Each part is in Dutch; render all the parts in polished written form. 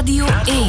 Radio 1.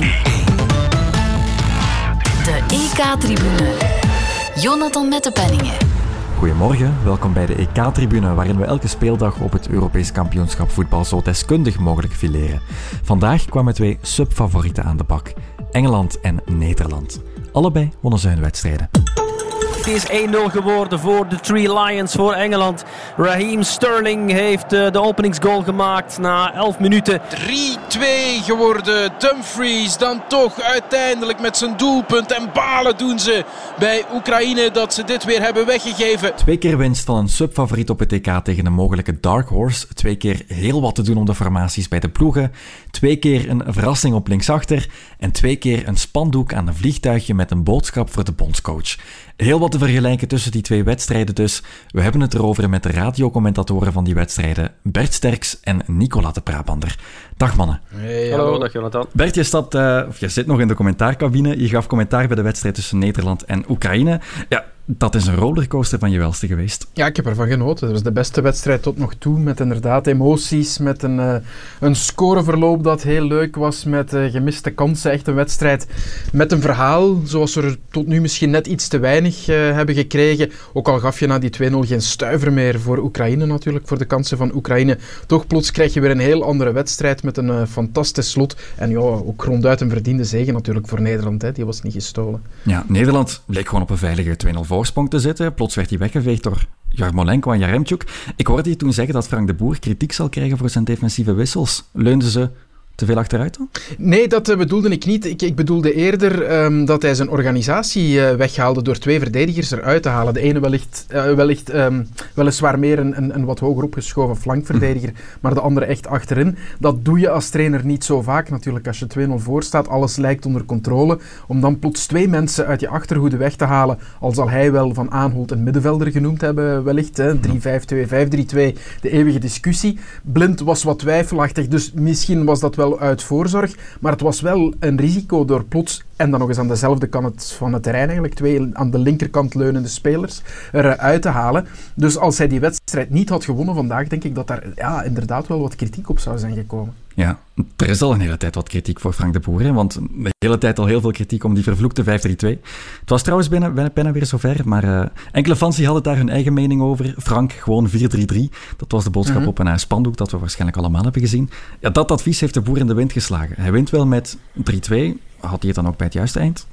De EK-tribune. Jonathan Mettepenningen. Goedemorgen, welkom bij de EK-tribune, waarin we elke speeldag op het Europees kampioenschap voetbal zo deskundig mogelijk fileren. Vandaag kwamen twee subfavorieten aan de bak. Engeland en Nederland. Allebei wonnen ze hun wedstrijden. Het is 1-0 geworden voor de Three Lions voor Engeland. Raheem Sterling heeft de openingsgoal gemaakt na 11 minuten. 3-2 geworden. Dumfries dan toch uiteindelijk met zijn doelpunt. En balen doen ze bij Oekraïne dat ze dit weer hebben weggegeven. 2 keer winst van een subfavoriet op het EK tegen een mogelijke dark horse. 2 keer heel wat te doen om de formaties bij de ploegen. 2 keer een verrassing op linksachter. En 2 keer een spandoek aan een vliegtuigje met een boodschap voor de bondscoach. Heel wat te vergelijken tussen die 2 wedstrijden dus. We hebben het erover met de radiocommentatoren van die wedstrijden, Bert Sterks en Nicola de Brabander. Dag mannen. Hey, hallo, dag Jonathan. Bert, je zit nog in de commentaarcabine. Je gaf commentaar bij de wedstrijd tussen Nederland en Oekraïne. Ja, dat is een rollercoaster van je welste geweest. Ja, ik heb ervan genoten. Het was de beste wedstrijd tot nog toe, met inderdaad emoties, met een scoreverloop dat heel leuk was, met gemiste kansen. Echt een wedstrijd met een verhaal, zoals we er tot nu misschien net iets te weinig hebben gekregen. Ook al gaf je na die 2-0 geen stuiver meer voor Oekraïne natuurlijk, voor de kansen van Oekraïne. Toch plots krijg je weer een heel andere wedstrijd met een fantastisch slot. En ja, ook ronduit een verdiende zege natuurlijk voor Nederland. Hè. Die was niet gestolen. Ja, Nederland leek gewoon op een veilige 2-0 voorsprong te zitten. Plots werd hij weggeveegd door Jarmolenko en Jaremchuk. Ik hoorde je toen zeggen dat Frank de Boer kritiek zal krijgen voor zijn defensieve wissels. Leunden ze te veel achteruit dan? Nee, dat bedoelde ik niet. Ik bedoelde eerder dat hij zijn organisatie weghaalde door 2 verdedigers eruit te halen. De ene weliswaar meer een wat hoger opgeschoven flankverdediger, maar de andere echt achterin. Dat doe je als trainer niet zo vaak natuurlijk. Als je 2-0 voor staat, alles lijkt onder controle. Om dan plots 2 mensen uit je achterhoede weg te halen, al zal hij wel Van Aanholt een middenvelder genoemd hebben wellicht. 3-5-2, 5-3-2, de eeuwige discussie. Blind was wat twijfelachtig, dus misschien was dat wel uit voorzorg, maar het was wel een risico door plots, en dan nog eens aan dezelfde kant van het terrein eigenlijk, 2 aan de linkerkant leunende spelers eruit te halen. Dus als hij die wedstrijd niet had gewonnen vandaag, denk ik dat daar inderdaad wel wat kritiek op zou zijn gekomen. Ja, er is al een hele tijd wat kritiek voor Frank de Boer, hè, want de hele tijd al heel veel kritiek om die vervloekte 5-3-2. Het was trouwens bijna weer zover, maar enkele fans die hadden daar hun eigen mening over. Frank, gewoon 4-3-3. Dat was de boodschap op een spandoek dat we waarschijnlijk allemaal hebben gezien. Ja, dat advies heeft de Boer in de wind geslagen. Hij wint wel met 3-2. Had hij het dan ook bij het juiste eind?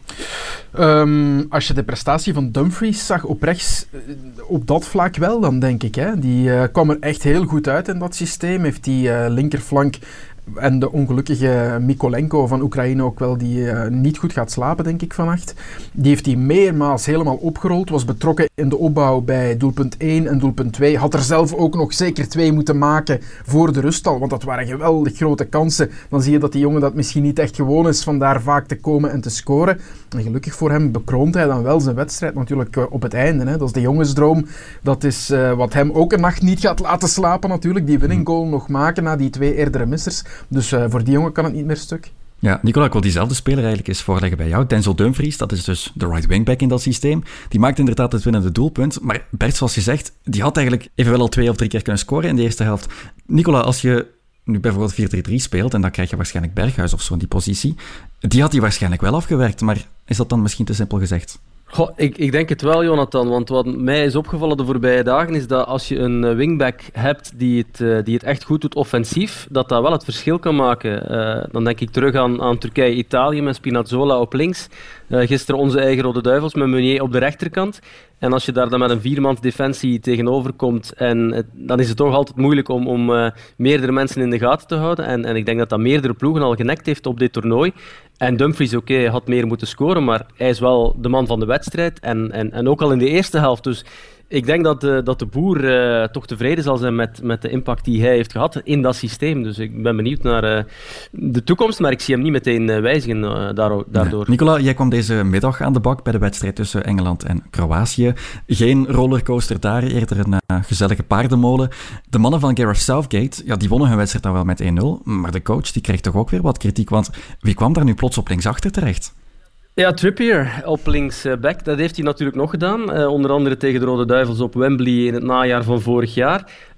Als je de prestatie van Dumfries zag op rechts, op dat vlak wel, dan denk ik. Hè. Die kwam er echt heel goed uit in dat systeem. Heeft die linkerflank en de ongelukkige Mykolenko van Oekraïne ook wel, die niet goed gaat slapen, denk ik, vannacht. Die heeft hij meermaals helemaal opgerold, was betrokken in de opbouw bij doelpunt 1 en doelpunt 2. Had er zelf ook nog zeker 2 moeten maken voor de rust al, want dat waren geweldig grote kansen. Dan zie je dat die jongen dat misschien niet echt gewoon is van daar vaak te komen en te scoren. En gelukkig voor hem bekroont hij dan wel zijn wedstrijd natuurlijk op het einde. Hè. Dat is de jongensdroom. Dat is wat hem ook een nacht niet gaat laten slapen natuurlijk. Die winning goal nog maken na die 2 eerdere missers. Dus voor die jongen kan het niet meer stuk. Ja, Nicola, ik wil diezelfde speler eigenlijk eens voorleggen bij jou. Denzel Dumfries, dat is dus de right wingback in dat systeem. Die maakt inderdaad het winnende doelpunt. Maar Bert, zoals gezegd, die had eigenlijk evenwel al 2 of 3 keer kunnen scoren in de eerste helft. Nicola, als je nu bijvoorbeeld 4-3-3 speelt, en dan krijg je waarschijnlijk Berghuis of zo in die positie, die had hij waarschijnlijk wel afgewerkt. Maar is dat dan misschien te simpel gezegd? Goh, ik denk het wel, Jonathan, want wat mij is opgevallen de voorbije dagen is dat als je een wingback hebt die het echt goed doet offensief, dat wel het verschil kan maken. Dan denk ik terug aan Turkije-Italië met Spinazzola op links. Gisteren onze eigen Rode Duivels met Meunier op de rechterkant. En als je daar dan met een 4-mans defensie tegenover komt, dan is het toch altijd moeilijk om meerdere mensen in de gaten te houden. En ik denk dat meerdere ploegen al genekt heeft op dit toernooi. En Dumfries, had meer moeten scoren, maar hij is wel de man van de wedstrijd. En ook al in de eerste helft. Dus ik denk dat de Boer toch tevreden zal zijn met de impact die hij heeft gehad in dat systeem. Dus ik ben benieuwd naar de toekomst, maar ik zie hem niet meteen wijzigen daardoor. Nee. Nicola, jij kwam deze middag aan de bak bij de wedstrijd tussen Engeland en Kroatië. Geen rollercoaster daar, eerder een gezellige paardenmolen. De mannen van Gareth Southgate, die wonnen hun wedstrijd dan wel met 1-0, maar de coach die kreeg toch ook weer wat kritiek, want wie kwam daar nu plots op linksachter terecht? Ja, Trippier op linksback, dat heeft hij natuurlijk nog gedaan. Onder andere tegen de Rode Duivels op Wembley in het najaar van vorig jaar.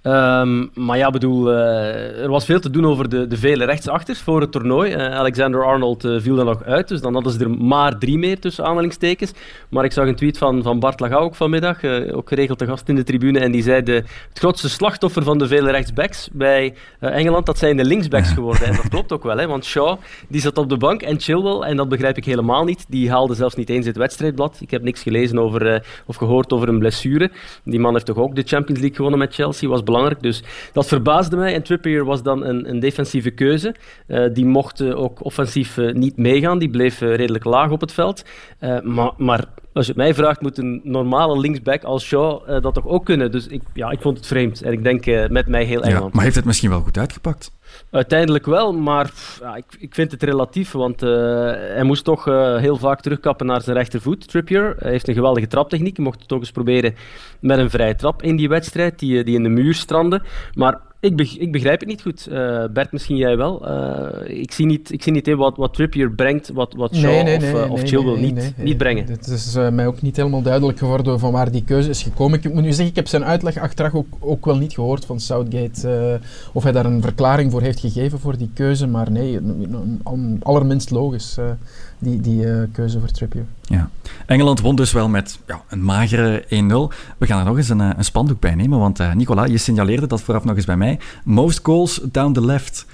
Maar ja, er was veel te doen over de vele rechtsachters voor het toernooi. Alexander-Arnold viel er nog uit, dus dan hadden ze er maar 3 meer tussen aanhalingstekens. Maar ik zag een tweet van Bart Lagau ook vanmiddag, ook geregeld te gast in de tribune, en die zei het grootste slachtoffer van de vele rechtsbacks bij Engeland, dat zijn de linksbacks geworden. En dat klopt ook wel, hè, want Shaw die zat op de bank en Chilwell, en dat begrijp ik helemaal niet, die haalde zelfs niet eens het wedstrijdblad. Ik heb niks gelezen of gehoord over een blessure. Die man heeft toch ook de Champions League gewonnen met Chelsea, was belangrijk. Dus dat verbaasde mij. En Trippier was dan een defensieve keuze. Die mocht ook offensief niet meegaan. Die bleef redelijk laag op het veld. Maar als je het mij vraagt, moet een normale linksback als Shaw dat toch ook kunnen. Dus ik vond het vreemd. En ik denk met mij heel Engeland. Ja, maar heeft het misschien wel goed uitgepakt? Uiteindelijk wel, maar ik vind het relatief, want hij moest toch heel vaak terugkappen naar zijn rechtervoet, Trippier. Hij heeft een geweldige traptechniek, hij mocht het ook eens proberen met een vrije trap in die wedstrijd, die in de muur strandde. Maar ik begrijp het niet goed. Bert, misschien jij wel. Ik zie niet in wat Trippier brengt, wat Shaw of Chilwell niet brengen. Het is mij ook niet helemaal duidelijk geworden van waar die keuze is gekomen. Ik moet nu zeggen, ik heb zijn uitleg achteraf ook wel niet gehoord van Southgate. Of hij daar een verklaring voor heeft gegeven voor die keuze. Maar nee, allerminst logisch, die keuze voor Trippier. Ja. Engeland won dus wel met een magere 1-0. We gaan er nog eens een spandoek bij nemen, want Nicola, je signaleerde dat vooraf nog eens bij mij. Most goals down the left.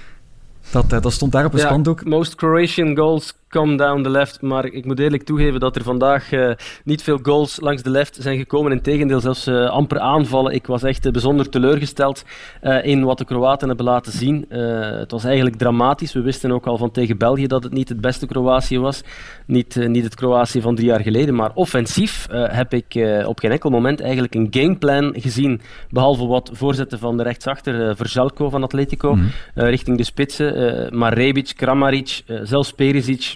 Dat stond daar op een spandoek. Most Croatian goals come down the left. Maar ik moet eerlijk toegeven dat er vandaag niet veel goals langs de left zijn gekomen. Integendeel, zelfs amper aanvallen. Ik was echt bijzonder teleurgesteld in wat de Kroaten hebben laten zien. Het was eigenlijk dramatisch. We wisten ook al van tegen België dat het niet het beste Kroatië was. Niet het Kroatië van 3 jaar geleden. Maar offensief heb ik op geen enkel moment eigenlijk een gameplan gezien. Behalve wat voorzetten van de rechtsachter, Vršaljko van Atletico, richting de spitsen. Maar Rebic, Kramaric, zelfs Perisic,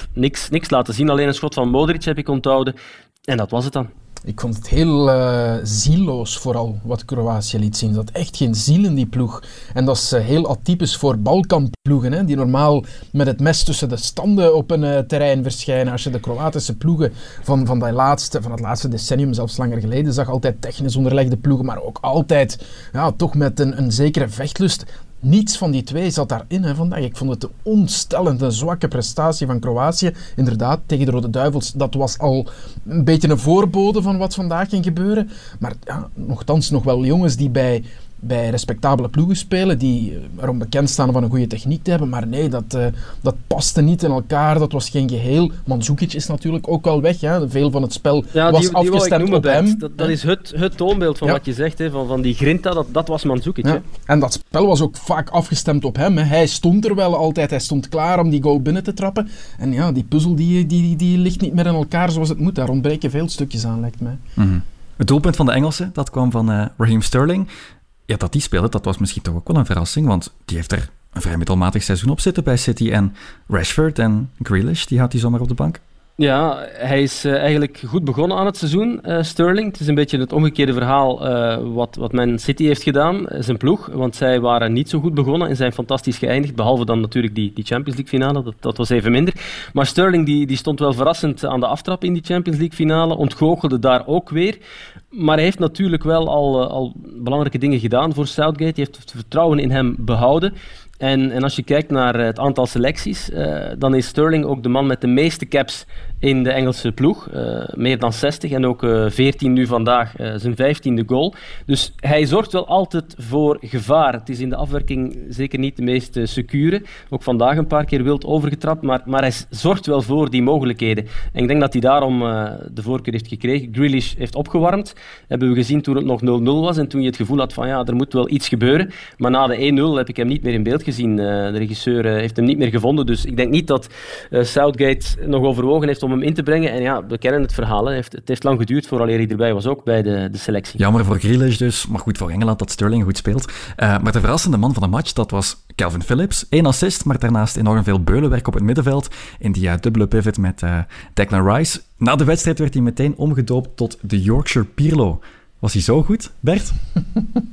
niks laten zien. Alleen een schot van Modric heb ik onthouden. En dat was het dan. Ik vond het heel zielloos vooral wat Kroatië liet zien. Er zat echt geen ziel in die ploeg. En dat is heel atypisch voor Balkanploegen, hè, die normaal met het mes tussen de standen op een terrein verschijnen. Als je de Kroatische ploegen van het laatste decennium, zelfs langer geleden, zag, altijd technisch onderlegde ploegen, maar ook altijd toch met een zekere vechtlust. Niets van die twee zat daarin vandaag. Ik vond het een ontstellende, zwakke prestatie van Kroatië. Inderdaad, tegen de Rode Duivels, dat was al een beetje een voorbode van wat vandaag ging gebeuren. Maar nochtans nog wel jongens die bij respectabele ploegen spelen, die erom bekend staan van een goede techniek te hebben. Maar nee, dat paste niet in elkaar. Dat was geen geheel. Mandzukic is natuurlijk ook al weg. Hè. Veel van het spel was afgestemd op hem. Dat is het toonbeeld van wat je zegt, hè, van die grinta. Dat was Mandzukic. Ja. En dat spel was ook vaak afgestemd op hem. Hè. Hij stond er wel altijd. Hij stond klaar om die goal binnen te trappen. En die puzzel die ligt niet meer in elkaar zoals het moet. Daar ontbreken veel stukjes aan, lijkt mij. Mm-hmm. Het doelpunt van de Engelsen, dat kwam van Raheem Sterling. Ja, dat die speelde, dat was misschien toch ook wel een verrassing, want die heeft er een vrij middelmatig seizoen op zitten bij City. En Rashford en Grealish, die houdt hij zomaar op de bank. Ja, hij is eigenlijk goed begonnen aan het seizoen, Sterling. Het is een beetje het omgekeerde verhaal wat Man City heeft gedaan, zijn ploeg. Want zij waren niet zo goed begonnen en zijn fantastisch geëindigd. Behalve dan natuurlijk die Champions League finale, dat was even minder. Maar Sterling die stond wel verrassend aan de aftrap in die Champions League finale. Ontgoochelde daar ook weer. Maar hij heeft natuurlijk wel al belangrijke dingen gedaan voor Southgate. Hij heeft het vertrouwen in hem behouden. En als je kijkt naar het aantal selecties, dan is Sterling ook de man met de meeste caps in de Engelse ploeg. Meer dan 60 en ook 14 nu vandaag, zijn 15e goal. Dus hij zorgt wel altijd voor gevaar. Het is in de afwerking zeker niet de meest secure. Ook vandaag een paar keer wild overgetrapt, maar hij zorgt wel voor die mogelijkheden. En ik denk dat hij daarom de voorkeur heeft gekregen. Grealish heeft opgewarmd. Hebben we gezien toen het nog 0-0 was en toen je het gevoel had van er moet wel iets gebeuren. Maar na de 1-0 heb ik hem niet meer in beeld gezien. De regisseur heeft hem niet meer gevonden. Dus ik denk niet dat Southgate nog overwogen heeft om hem in te brengen. En we kennen het verhaal. Het heeft lang geduurd vooraleer hij erbij was, ook bij de selectie. Jammer voor Grealish dus, maar goed voor Engeland dat Sterling goed speelt. Maar de verrassende man van de match, dat was Calvin Phillips. 1 assist, maar daarnaast enorm veel beulenwerk op het middenveld. In die dubbele pivot met Declan Rice. Na de wedstrijd werd hij meteen omgedoopt tot de Yorkshire Pirlo. Was hij zo goed, Bert?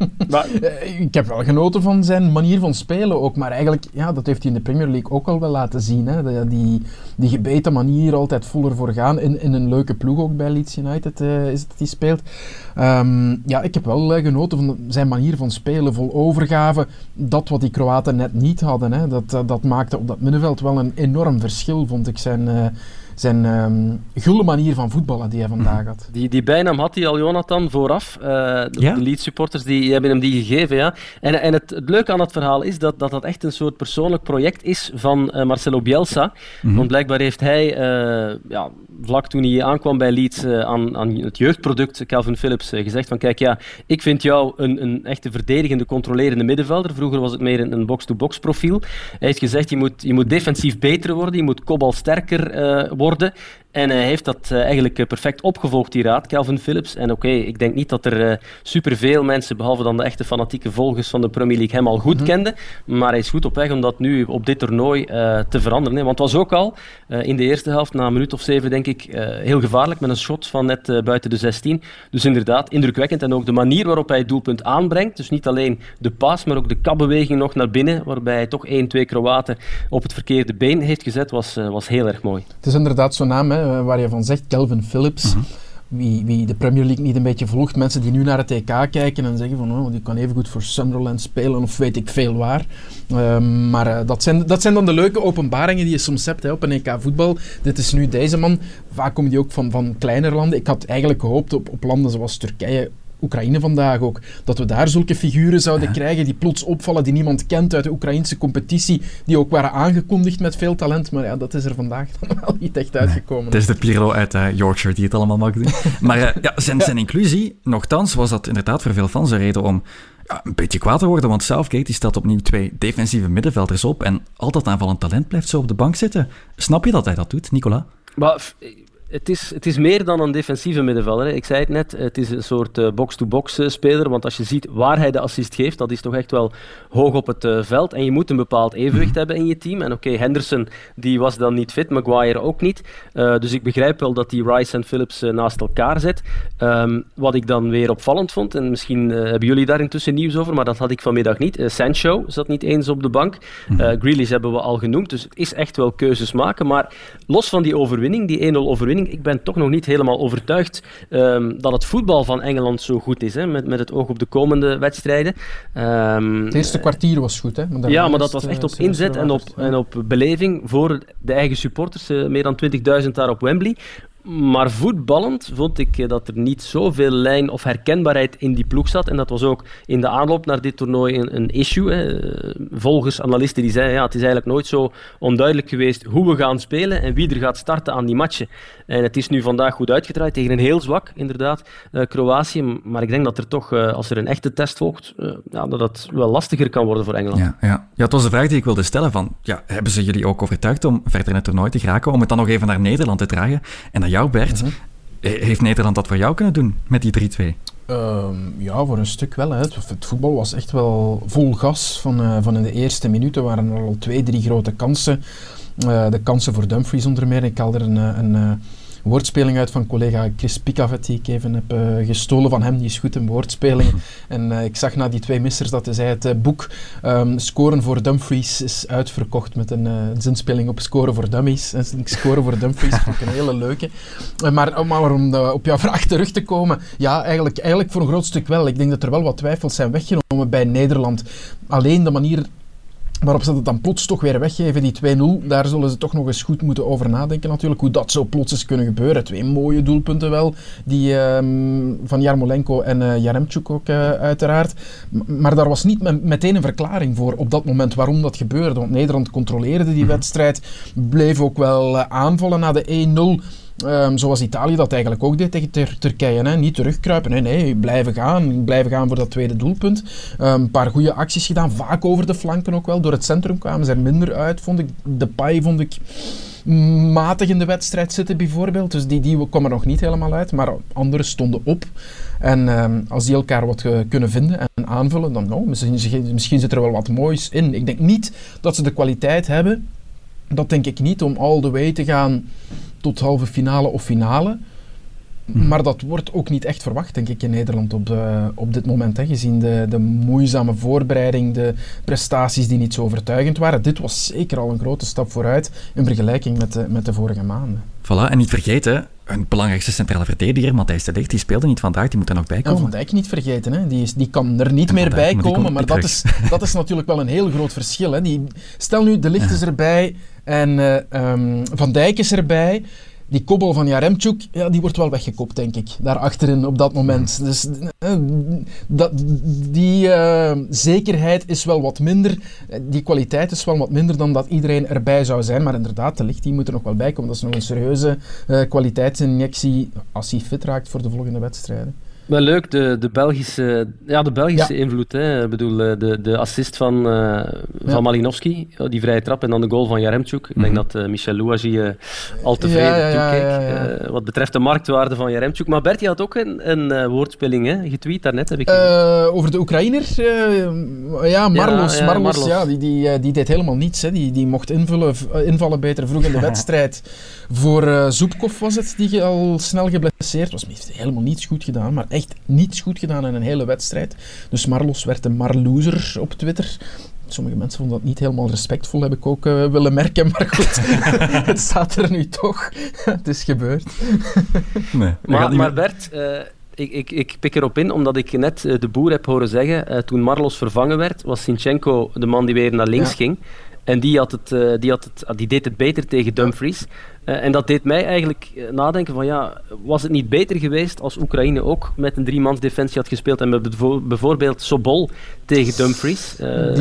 Ik heb wel genoten van zijn manier van spelen ook, maar eigenlijk, ja, dat heeft hij in de Premier League ook al wel laten zien. Hè? Die gebeten manier, altijd vol ervoor gaan, in een leuke ploeg ook bij Leeds United is het dat hij speelt. Ja, ik heb wel genoten van zijn manier van spelen, vol overgave. Dat wat die Kroaten net niet hadden, hè? Dat maakte op dat middenveld wel een enorm verschil, vond ik, zijn gulle manier van voetballen die hij vandaag had. Die bijnaam had hij al, Jonathan, vooraf. De Leeds supporters die hebben hem die gegeven. Ja. En het leuke aan het verhaal is dat echt een soort persoonlijk project is van Marcelo Bielsa. Want blijkbaar heeft hij, vlak toen hij aankwam bij Leeds, aan het jeugdproduct Calvin Phillips gezegd van kijk, ja, ik vind jou een echte verdedigende, controlerende middenvelder. Vroeger was het meer een box-to-box profiel. Hij heeft gezegd, je moet defensief beter worden, je moet kopbalsterker worden. En hij heeft dat eigenlijk perfect opgevolgd, die raad, Calvin Phillips. En oké, ik denk niet dat er superveel mensen, behalve dan de echte fanatieke volgers van de Premier League, hem al goed kenden. Maar hij is goed op weg om dat nu op dit toernooi te veranderen. Hè. Want het was ook al in de eerste helft, na een minuut of 7 denk ik, heel gevaarlijk met een schot van net buiten de 16. Dus inderdaad, indrukwekkend. En ook de manier waarop hij het doelpunt aanbrengt. Dus niet alleen de pas, maar ook de kapbeweging nog naar binnen, waarbij hij toch 1-2 Kroaten op het verkeerde been heeft gezet, was heel erg mooi. Het is inderdaad zo'n naam, hè, waar je van zegt, Calvin Phillips. Wie de Premier League niet een beetje volgt, mensen die nu naar het EK kijken en zeggen van die kan even goed voor Sunderland spelen of weet ik veel waar. Maar dat zijn dan de leuke openbaringen die je soms hebt, hè, op een EK voetbal. Dit is nu deze man. Vaak komen die ook van kleinere landen. Ik had eigenlijk gehoopt op landen zoals Turkije, Oekraïne vandaag ook, dat we daar zulke figuren zouden krijgen die plots opvallen, die niemand kent uit de Oekraïnse competitie, die ook waren aangekondigd met veel talent, maar ja, dat is er vandaag dan wel niet echt uitgekomen. Het is de Pirlo uit Yorkshire die het allemaal mag doen. Maar zijn inclusie, nochtans, was dat inderdaad voor veel fans een reden om een beetje kwaad te worden, want Southgate die stelt opnieuw 2 defensieve middenvelders op en al dat aanvallend talent blijft zo op de bank zitten. Snap je dat hij dat doet, Nicolas? Maar het is meer dan een defensieve middenvelder. Hè. Ik zei het net, het is een soort box-to-box speler, want als je ziet waar hij de assist geeft, dat is toch echt wel hoog op het veld. En je moet een bepaald evenwicht hebben in je team. En oké, Henderson die was dan niet fit, Maguire ook niet. Dus ik begrijp wel dat die Rice en Phillips naast elkaar zet. Wat ik dan weer opvallend vond, en misschien hebben jullie daar intussen nieuws over, maar dat had ik vanmiddag niet. Sancho zat niet eens op de bank. Grealish hebben we al genoemd, dus het is echt wel keuzes maken. Maar los van die overwinning, die 1-0 overwinning, ik ben toch nog niet helemaal overtuigd dat het voetbal van Engeland zo goed is, hè, met het oog op de komende wedstrijden. Het eerste kwartier was goed, hè? Maar dat was echt op inzet en op beleving voor de eigen supporters, meer dan 20.000 daar op Wembley. Maar voetballend vond ik dat er niet zoveel lijn of herkenbaarheid in die ploeg zat. En dat was ook in de aanloop naar dit toernooi een issue. Hè. Volgers, analisten die zeiden, het is eigenlijk nooit zo onduidelijk geweest hoe we gaan spelen en wie er gaat starten aan die matchen. En het is nu vandaag goed uitgedraaid tegen een heel zwak, inderdaad, Kroatië. Maar ik denk dat er toch, als er een echte test volgt, dat het wel lastiger kan worden voor Engeland. Ja, het was de vraag die ik wilde stellen van, hebben ze jullie ook overtuigd om verder in het toernooi te geraken, om het dan nog even naar Nederland te dragen? En jou, Bert, heeft Nederland dat voor jou kunnen doen met die 3-2? Ja, voor een stuk wel. Hè. Het voetbal was echt wel vol gas van in de eerste minuten. Waren er al 2-3 grote kansen. De kansen voor Dumfries onder meer. Ik haal er een woordspeling uit van collega Chris Picavet, die ik even heb gestolen van hem. Die is goed in woordspelingen. En ik zag na die 2 missers dat hij zei, het boek Scoren voor Dumfries is uitverkocht met een zinspeling op Scoren voor Dummies. Scoren voor Dumfries vond ik een hele leuke. Maar om op jouw vraag terug te komen, ja, eigenlijk voor een groot stuk wel. Ik denk dat er wel wat twijfels zijn weggenomen bij Nederland. Alleen de manier waarop ze het dan plots toch weer weggeven, die 2-0, daar zullen ze toch nog eens goed moeten over nadenken natuurlijk, hoe dat zo plots is kunnen gebeuren. 2 mooie doelpunten wel, die van Jarmolenko en Jaremchuk ook uiteraard. Maar daar was niet meteen een verklaring voor op dat moment waarom dat gebeurde, want Nederland controleerde die wedstrijd, bleef ook wel aanvallen na de 1-0. Zoals Italië dat eigenlijk ook deed tegen Turkije. Hè? Niet terugkruipen, nee, blijven gaan voor dat tweede doelpunt. Een paar goede acties gedaan, vaak over de flanken ook wel. Door het centrum kwamen ze er minder uit, vond ik. Depay vond ik matig in de wedstrijd zitten bijvoorbeeld. Dus die kwam er nog niet helemaal uit, maar anderen stonden op. En als die elkaar wat kunnen vinden en aanvullen, dan misschien zit er wel wat moois in. Ik denk niet dat ze de kwaliteit hebben, dat denk ik niet, om all the way te gaan tot halve finale of finale. Maar dat wordt ook niet echt verwacht, denk ik, in Nederland op dit moment. Hè. Gezien de moeizame voorbereiding, de prestaties die niet zo overtuigend waren. Dit was zeker al een grote stap vooruit in vergelijking met de vorige maanden. Voilà, en niet vergeten, hun belangrijkste centrale verdediger, Matthijs de Ligt, die speelde niet vandaag, die moet er nog bij komen. Van Dijk niet vergeten, hè. Die kan er niet meer bij komen, maar dat is natuurlijk wel een heel groot verschil. Hè. Stel nu, de Ligt is erbij en Van Dijk is erbij. Die kopbal van Jaremchuk, ja, die wordt wel weggekopt, denk ik, daar achterin op dat moment. Dus die zekerheid is wel wat minder, die kwaliteit is wel wat minder dan dat iedereen erbij zou zijn. Maar inderdaad, de Ligt, die moet er nog wel bij komen. Dat is nog een serieuze kwaliteitsinjectie als hij fit raakt voor de volgende wedstrijden. Wel leuk, de Belgische invloed. Hè. Ik bedoel, de assist van Malinowski, die vrije trap en dan de goal van Jaremchuk. Ik denk dat Michel Louagie al tevreden toekeek. Wat betreft de marktwaarde van Jaremchuk. Maar Bert, je had ook een woordspeling getweet daarnet, heb ik over de Oekraïner? Marlos. Ja, die deed helemaal niets. Hè. Die mocht invallen beter vroeg in de wedstrijd. Voor Zubkov was het, die al snel geblesseerd was. Maar heeft helemaal niets goed gedaan, maar echt niets goed gedaan in een hele wedstrijd. Dus Marlos werd een Marloser op Twitter. Sommige mensen vonden dat niet helemaal respectvol, heb ik ook willen merken. Maar goed, het staat er nu toch. Het is gebeurd. Nee, maar Bert, ik pik erop in, omdat ik net de Boer heb horen zeggen, toen Marlos vervangen werd, was Zinchenko de man die weer naar links ging. En die deed het beter tegen Dumfries. En dat deed mij eigenlijk nadenken van was het niet beter geweest als Oekraïne ook met een 3-mans defensie had gespeeld en met bijvoorbeeld Sobol tegen Dumfries,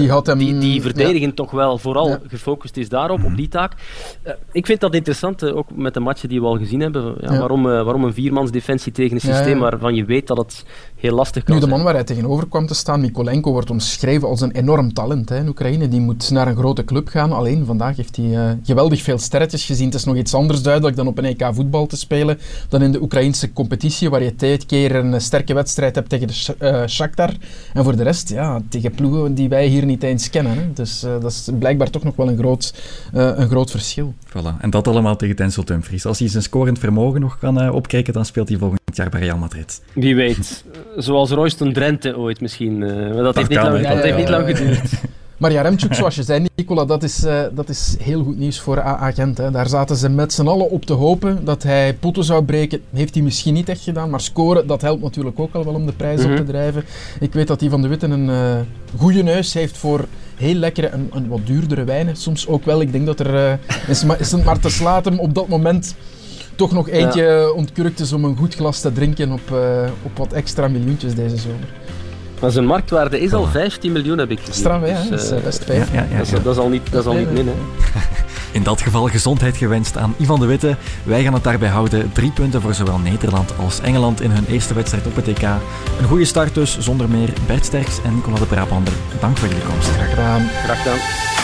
die verdedigend toch wel vooral gefocust is daarop, op die taak. Ik vind dat interessant, ook met de matchen die we al gezien hebben. Waarom een 4-mans defensie tegen een systeem waarvan je weet dat het heel lastig kan zijn. De man waar hij tegenover kwam te staan, Mykolenko, wordt omschreven als een enorm talent. Hè, in Oekraïne. Die moet naar een grote club gaan. Alleen vandaag heeft hij geweldig veel sterretjes gezien. Het is nog iets anders duidelijk dan op een EK voetbal te spelen, dan in de Oekraïnse competitie, waar je 2 keer een sterke wedstrijd hebt tegen de Shakhtar. En voor de rest, tegen ploegen die wij hier niet eens kennen. Hè. Dus dat is blijkbaar toch nog wel een groot verschil. Voilà. En dat allemaal tegen Denzel Dumfries. Als hij zijn scorend vermogen nog kan opkrijgen, dan speelt hij volgend jaar bij Real Madrid. Wie weet. Zoals Royston Drenthe ooit misschien. Maar dat heeft niet lang geduurd. Maar Jaremchuk, zoals je zei, Nicola, dat is heel goed nieuws voor AA Gent. Hè. Daar zaten ze met z'n allen op te hopen dat hij potten zou breken. Heeft hij misschien niet echt gedaan, maar scoren, dat helpt natuurlijk ook al wel om de prijs op te drijven. Ik weet dat hij van de Witten een goede neus heeft voor heel lekkere en wat duurdere wijnen. Soms ook wel. Ik denk dat er is het maar te slaat op dat moment toch nog eentje ontkurkt is om een goed glas te drinken op wat extra miljoentjes deze zomer. Maar zijn marktwaarde is al 15 miljoen, heb ik gezien. Stram, ja. Dat is best fijn. Dat is al niet min, hè. In dat geval gezondheid gewenst aan Ivan de Witte. Wij gaan het daarbij houden. 3 punten voor zowel Nederland als Engeland in hun eerste wedstrijd op het EK. Een goede start dus, zonder meer. Bert Sterks en Nicola de Brabander. Dank voor jullie komst. Graag gedaan. Graag gedaan.